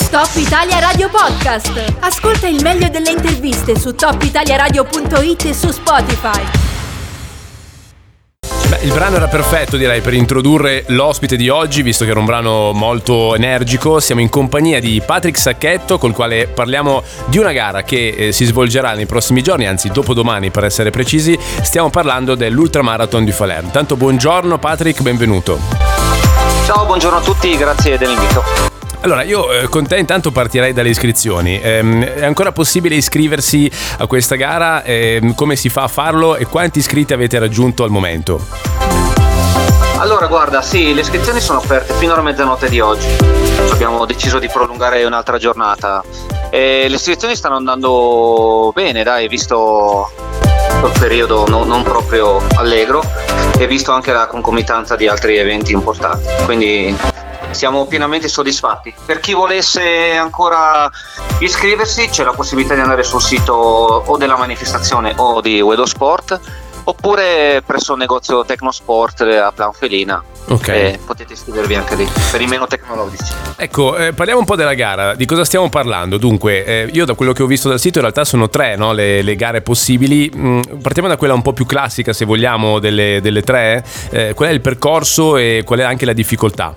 Top Italia Radio Podcast. Ascolta il meglio delle interviste su topitaliaradio.it e su Spotify. Beh, il brano era perfetto, direi, per introdurre l'ospite di oggi, visto che era un brano molto energico. Siamo in compagnia di Patrick Sacchetto, col quale parliamo di una gara che si svolgerà nei prossimi giorni, anzi dopodomani per essere precisi. Stiamo parlando dell'Ultramarathon di Falaise. Intanto buongiorno Patrick, benvenuto. Ciao, buongiorno a tutti, grazie dell'invito. Allora, io con te intanto partirei dalle iscrizioni. È ancora possibile iscriversi a questa gara? Come si fa a farlo e quanti iscritti avete raggiunto al momento? Allora, guarda, sì, le iscrizioni sono aperte fino alla mezzanotte di oggi. Abbiamo deciso di prolungare un'altra giornata. Le iscrizioni stanno andando bene, dai, visto il periodo non proprio allegro e visto anche la concomitanza di altri eventi importanti. Quindi siamo pienamente soddisfatti. Per chi volesse ancora iscriversi c'è la possibilità di andare sul sito o della manifestazione o di Uedo Sport oppure presso il negozio Tecnosport a Planfelina. Ok. Potete iscrivervi anche lì per i meno tecnologici. Ecco, parliamo un po' della gara. Di cosa stiamo parlando? Dunque, io da quello che ho visto dal sito in realtà sono tre, no, le gare possibili. Partiamo da quella un po' più classica, se vogliamo, delle tre. Qual è il percorso e qual è anche la difficoltà?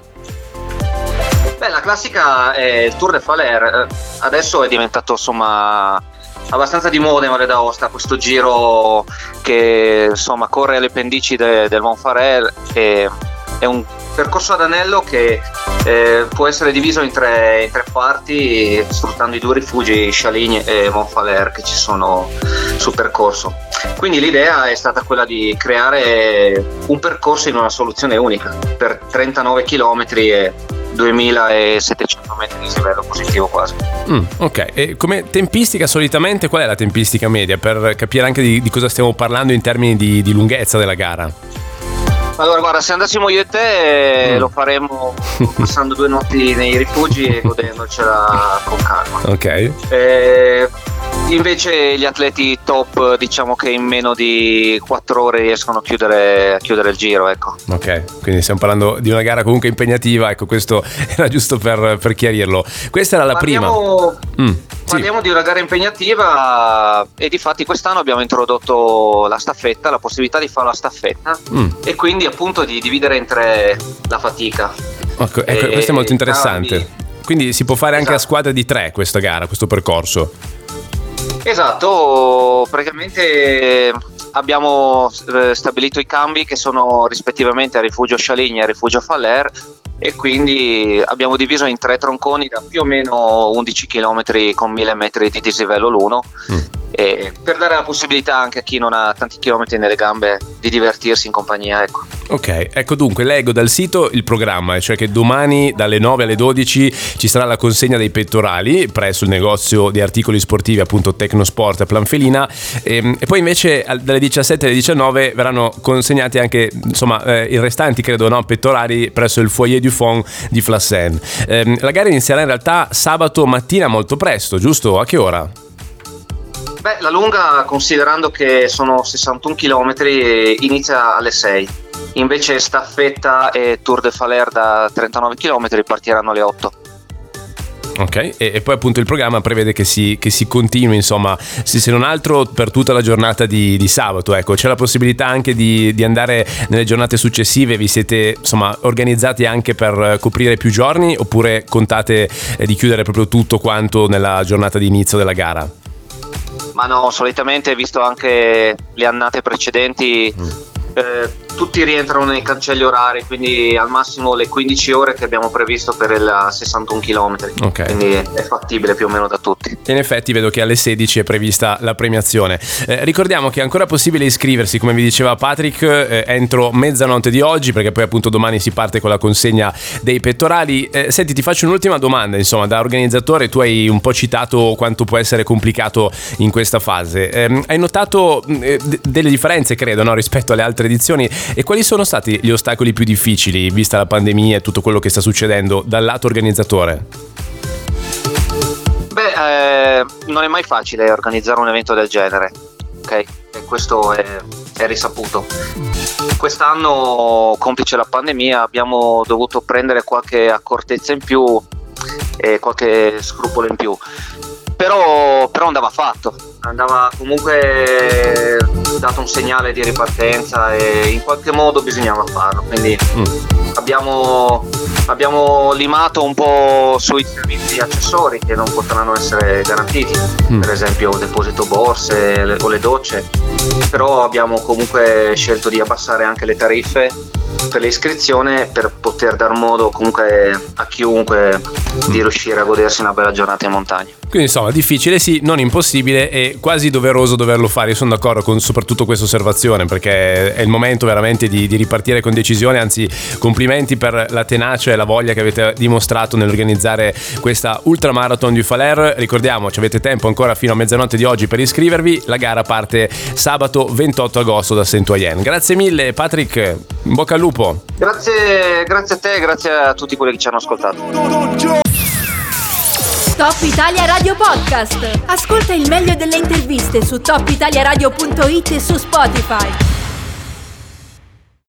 Beh, la classica è il Tour de Falaise. Adesso è diventato insomma abbastanza di moda in Valle d'Aosta questo giro che insomma corre alle pendici del Mont Falaise. È un percorso ad anello che può essere diviso in tre parti, sfruttando i due rifugi Chaligny e Mont Falaise che ci sono sul percorso. Quindi l'idea è stata quella di creare un percorso in una soluzione unica per 39 km e 2700 metri di livello positivo quasi. Ok, e come tempistica solitamente qual è la tempistica media per capire anche di cosa stiamo parlando in termini di lunghezza della gara? Allora guarda, se andassimo io e te lo faremo passando 2 notti nei rifugi e godendocela con calma. Ok. Invece gli atleti top diciamo che in meno di 4 ore riescono a chiudere il giro, ecco. Ok, quindi stiamo parlando di una gara comunque impegnativa, ecco, questo era giusto per chiarirlo. Questa era la prima. Parliamo di una gara impegnativa e difatti quest'anno abbiamo introdotto la staffetta, la possibilità di fare la staffetta e quindi appunto di dividere in tre la fatica. Ecco, questo è molto interessante. Quindi si può fare anche a squadre di 3 questa gara, questo percorso. Esatto, praticamente abbiamo stabilito i cambi che sono rispettivamente a rifugio Chaligny e a rifugio Falaise e quindi abbiamo diviso in 3 tronconi da più o meno 11 km con 1000 metri di dislivello l'uno e per dare la possibilità anche a chi non ha tanti chilometri nelle gambe di divertirsi in compagnia, ecco. Ok, ecco, dunque leggo dal sito il programma, cioè che domani dalle 9 alle 12 ci sarà la consegna dei pettorali presso il negozio di articoli sportivi appunto Tecnosport a Planfelina e poi invece dalle 17 alle 19 verranno consegnati anche insomma i restanti credo pettorali presso il Foyer du Fond di Flassen. La gara inizierà in realtà sabato mattina molto presto, giusto? A che ora? Beh, la lunga, considerando che sono 61 km, inizia alle 6. Invece staffetta e Tour de Falaise da 39 km partiranno alle 8. Ok, e poi appunto il programma prevede che si continui, insomma, se non altro per tutta la giornata di sabato, ecco. C'è la possibilità anche di andare nelle giornate successive, vi siete insomma organizzati anche per coprire più giorni oppure contate di chiudere proprio tutto quanto nella giornata di inizio della gara? Ma no, solitamente visto anche le annate precedenti tutti rientrano nei cancelli orari, quindi al massimo le 15 ore che abbiamo previsto per il 61 km. Okay. Quindi è fattibile più o meno da tutti. In effetti vedo che alle 16 è prevista la premiazione. Ricordiamo che è ancora possibile iscriversi, come vi diceva Patrick, entro mezzanotte di oggi, perché poi appunto domani si parte con la consegna dei pettorali. Senti, ti faccio un'ultima domanda, insomma, da organizzatore. Tu hai un po' citato quanto può essere complicato in questa fase. Hai notato delle differenze, credo, no, rispetto alle altre edizioni? E quali sono stati gli ostacoli più difficili, vista la pandemia e tutto quello che sta succedendo dal lato organizzatore? Beh, non è mai facile organizzare un evento del genere, ok? E questo è risaputo. Quest'anno, complice la pandemia, abbiamo dovuto prendere qualche accortezza in più e qualche scrupolo in più. Però andava fatto, andava comunque dato un segnale di ripartenza e in qualche modo bisognava farlo, quindi abbiamo limato un po' sui servizi accessori che non potranno essere garantiti, per esempio deposito borse o le docce, però abbiamo comunque scelto di abbassare anche le tariffe per l'iscrizione per poter dar modo comunque a chiunque di riuscire a godersi una bella giornata in montagna. Quindi insomma difficile sì, non impossibile e quasi doveroso doverlo fare. Io sono d'accordo con soprattutto questa osservazione, perché è il momento veramente di ripartire con decisione, anzi complimenti per la tenacia e la voglia che avete dimostrato nell'organizzare questa ultramarathon du Falaise. Ricordiamoci, avete tempo ancora fino a mezzanotte di oggi per iscrivervi, la gara parte sabato 28 agosto da Saint-Oyen. Grazie mille Patrick, in bocca al lupo. Grazie a te, grazie a tutti quelli che ci hanno ascoltato. Top Italia Radio Podcast. Ascolta il meglio delle interviste su topitaliaradio.it e su Spotify.